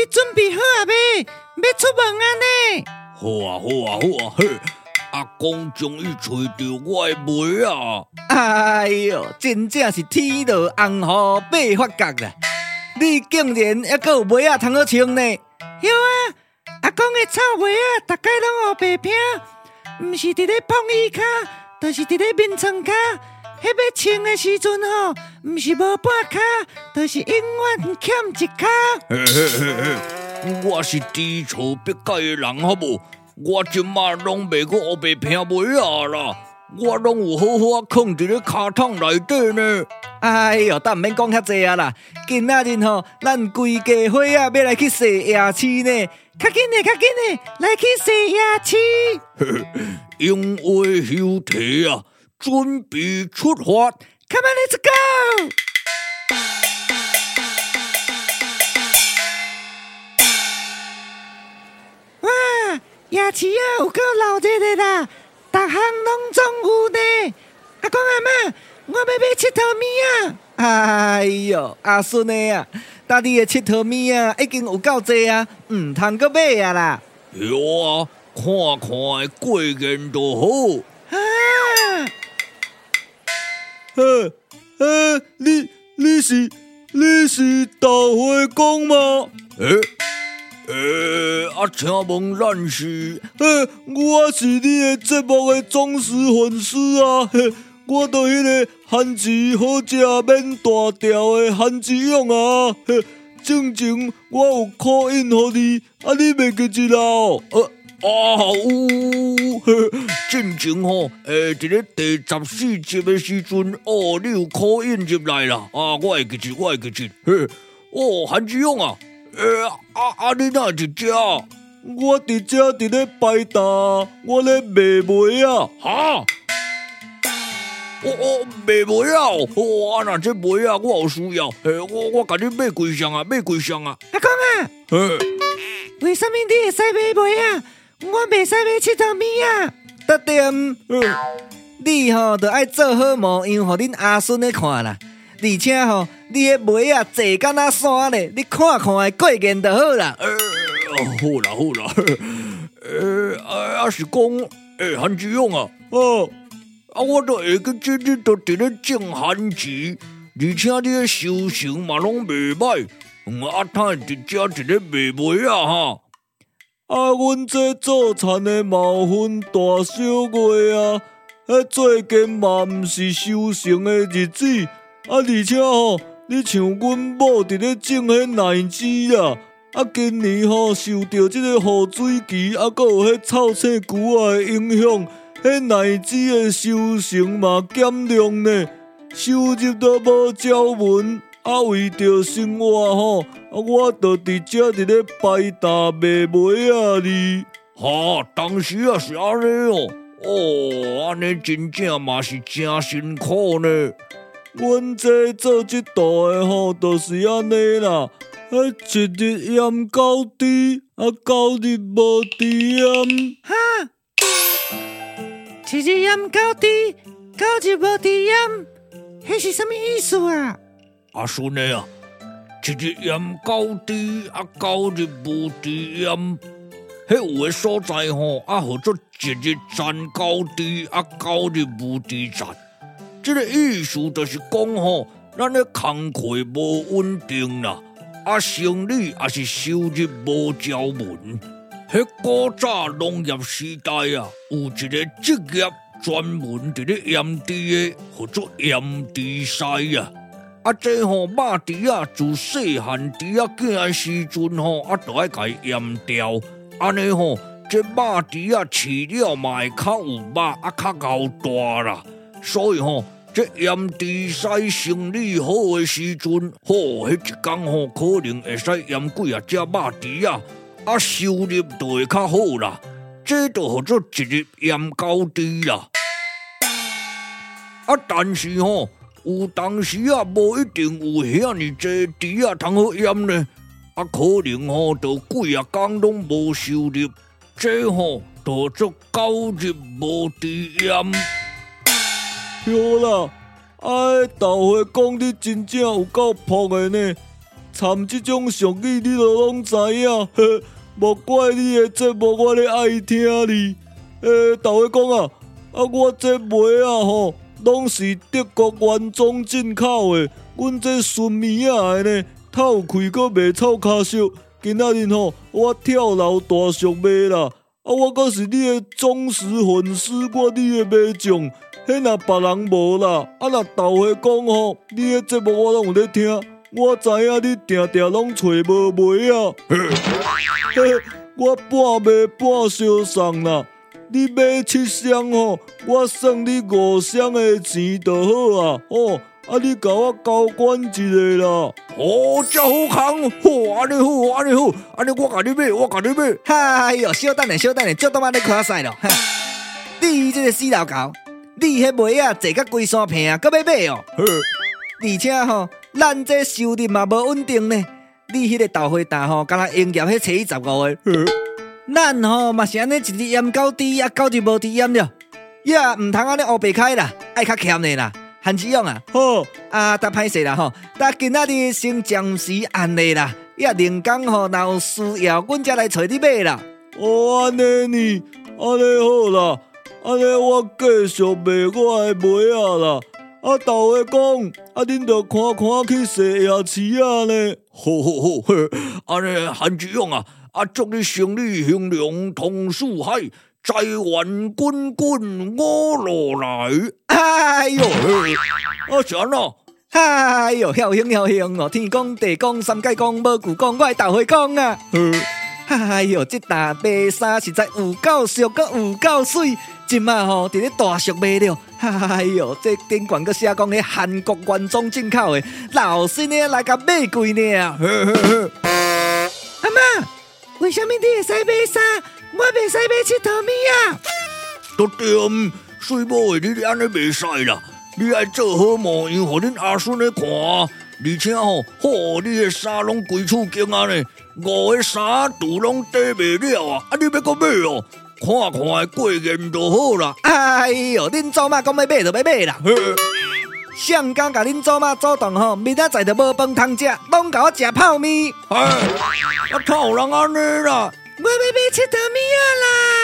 准备好啊未？要出门啊呢？ 好啊，嘿！阿公终于找到我的妹啊！ 哎哟，真正是天落红雨白发觉啦！你竟然还阁有妹仔通好穿呢？ 有啊，阿公的臭袜啊，大概拢黑白拼，毋是伫咧碰椅骹，就是伫咧眠床骹。迄要穿的时阵吼，毋是无半骹，就是永远欠一骹。 嘿，我是知错必改的人，好无？我即马拢袂阁黑白拼妹啊啦，我拢有好好藏伫咧骹桶内底呢。 哎哟，但毋免讲遐济啊啦！今仔日吼，咱规家伙仔要来去洗夜市呢。 较紧的，来去洗夜市。 因为休提啊，准备出发。 Come on, let's go！ 哇，夜市啊有够闹热的啦，逐项拢总有呢。阿公阿嬷，我要买佚佗物啊！ 哎哟，阿孙的啊，搭你的佚佗物啊，已经有够济啊，唔通阁买啊啦。 有啊，看看的过瘾就好。 啊！ 你是大花公吗？ 请问咱是？ 我是你的节目的忠实粉丝啊！我著迄个番薯好食免大条的番薯用啊！正前我有call in互你，你袂记得啦有，正前吼，伫咧第14集的时阵，你有call in入来啦，我会记住。番薯用啊，你哪会伫遮？ 我伫遮伫咧摆搭，我咧卖梅啊！ 哈？卖梅啊！那这梅啊，我有需要。我甲你买几箱啊？ 阿公啊，为什么你会使买梅啊？我袂使买佚佗物啊！ 得点，你吼著爱做好模样，互恁阿孙咧看啦。而且吼，你迄梅啊，坐敢若山咧，你看看会过瘾就好啦。 好啦，是讲番薯用啊。我都下个这日都伫咧种番薯，而且你的收成嘛拢袂歹。他伫遮伫咧卖梅啊哈。 阮这做田的嘛有分大小月啊，最近嘛毋是收成的日子，而且吼，你像阮某伫咧种迄奶枝啊，今年吼受到这个雨水期，阁有迄臭青菇仔的影响，迄奶枝的收成嘛减量呢，收入都无照文。为着生活吼，我著伫遮伫咧摆搭卖梅啊哩。 当时啊是安尼哦，安尼真正嘛是真辛苦呢。 阮这做这道的吼，就是安尼啦。一日盐高低，九日无低盐。 哈！一日盐高低，九日无低盐，迄是什么意思啊？ 阿孙的啊，一日盐高低，九日无低盐。迄有的所在吼，号做一日赚高低，九日无低赚。这个意思就是讲吼，咱的工课无稳定啦，生理也是收入无照稳。迄古早农业时代啊，有一个职业专门伫咧盐地的，叫做盐地师啊。这吼肉猪啊，自细汉猪仔囝的时阵吼，就爱甲伊腌掉。安尼吼，这肉猪啊饲了嘛会较有肉，较敖大啦。所以吼，这盐猪师生理好的时阵，迄一工吼可能会使腌几只肉猪啊，收入就会较好啦。这就叫做一日盐高低啦。但是吼。有当时啊，无一定有遐尼济猪啊通好腌呢，可能吼就几啊工拢无收入，这吼就做九日无低盐。 对啦，大伙讲你真正有够朴的呢， 参这种俗语你都拢知影，莫怪你的节目我咧爱听你。大家讲啊，我这梅啊吼，拢是德国原装进口的，阮这顺米啊的呢，透开阁袂臭骹烧。今仔日吼，我跳楼大俗卖啦，我阁是你的忠实粉丝，我你的迷众。迄若别人无啦，若豆下讲吼，你的节目我拢有咧听，我知影你定定拢找无梅啊。我半卖半相送啦，你买7箱吼，我算你5箱的钱就好啊。你甲我交管一下啦。 真好康，好，安尼好，安尼好，安尼我甲你买，我甲你买。 哎哟，小等下，足多仔咧看赛咯。你这个死老狗，你迄梅啊坐甲规山平啊，搁要买哦。而且吼，咱这收入嘛无稳定呢。你迄个豆花蛋吼，敢若营业迄初15个。咱吼嘛是安尼一日淹到底，到日无底淹了，也唔通安尼乌白开啦，爱较欠的啦。韩志勇啊， 好得歹势啦吼，得今仔日先暂时安尼啦，也另讲吼，若有需要，阮才来找你买啦。 安尼呢，安尼好啦，安尼我继续卖我的梅啊啦。豆下讲，恁着看去踅夜市啊呢。 好，安尼韩志勇啊，祝你生意兴隆，同四海。财源滚滚我路来， 哎哟， 是安怎？ 哎哟，晓兴哦！天公地公三界公，无故公，我的豆花公啊！哎哟，这大白衫实在有够俗，阁有够水，今麦吼伫咧大俗卖了。哎哟，这顶管阁写讲迄韩国原装进口的，老新的来甲买贵呢。阿妈，为什么你会使买衫？我袂使买佚佗物啊！ 都对，水某的你安尼袂使啦，你爱做好模样，互恁阿孙咧看，而且吼，你的衫拢规处经啊呢，5个衫拄拢底袂了啊！你要搁买哦，看过瘾就好啦。 哎哟，恁祖妈讲要买就要买啦。上刚甲恁祖妈主动吼，明仔载就无饭通食，拢甲我食泡面。 哪有人安尼啦？ 我要买佚佗物啊啦！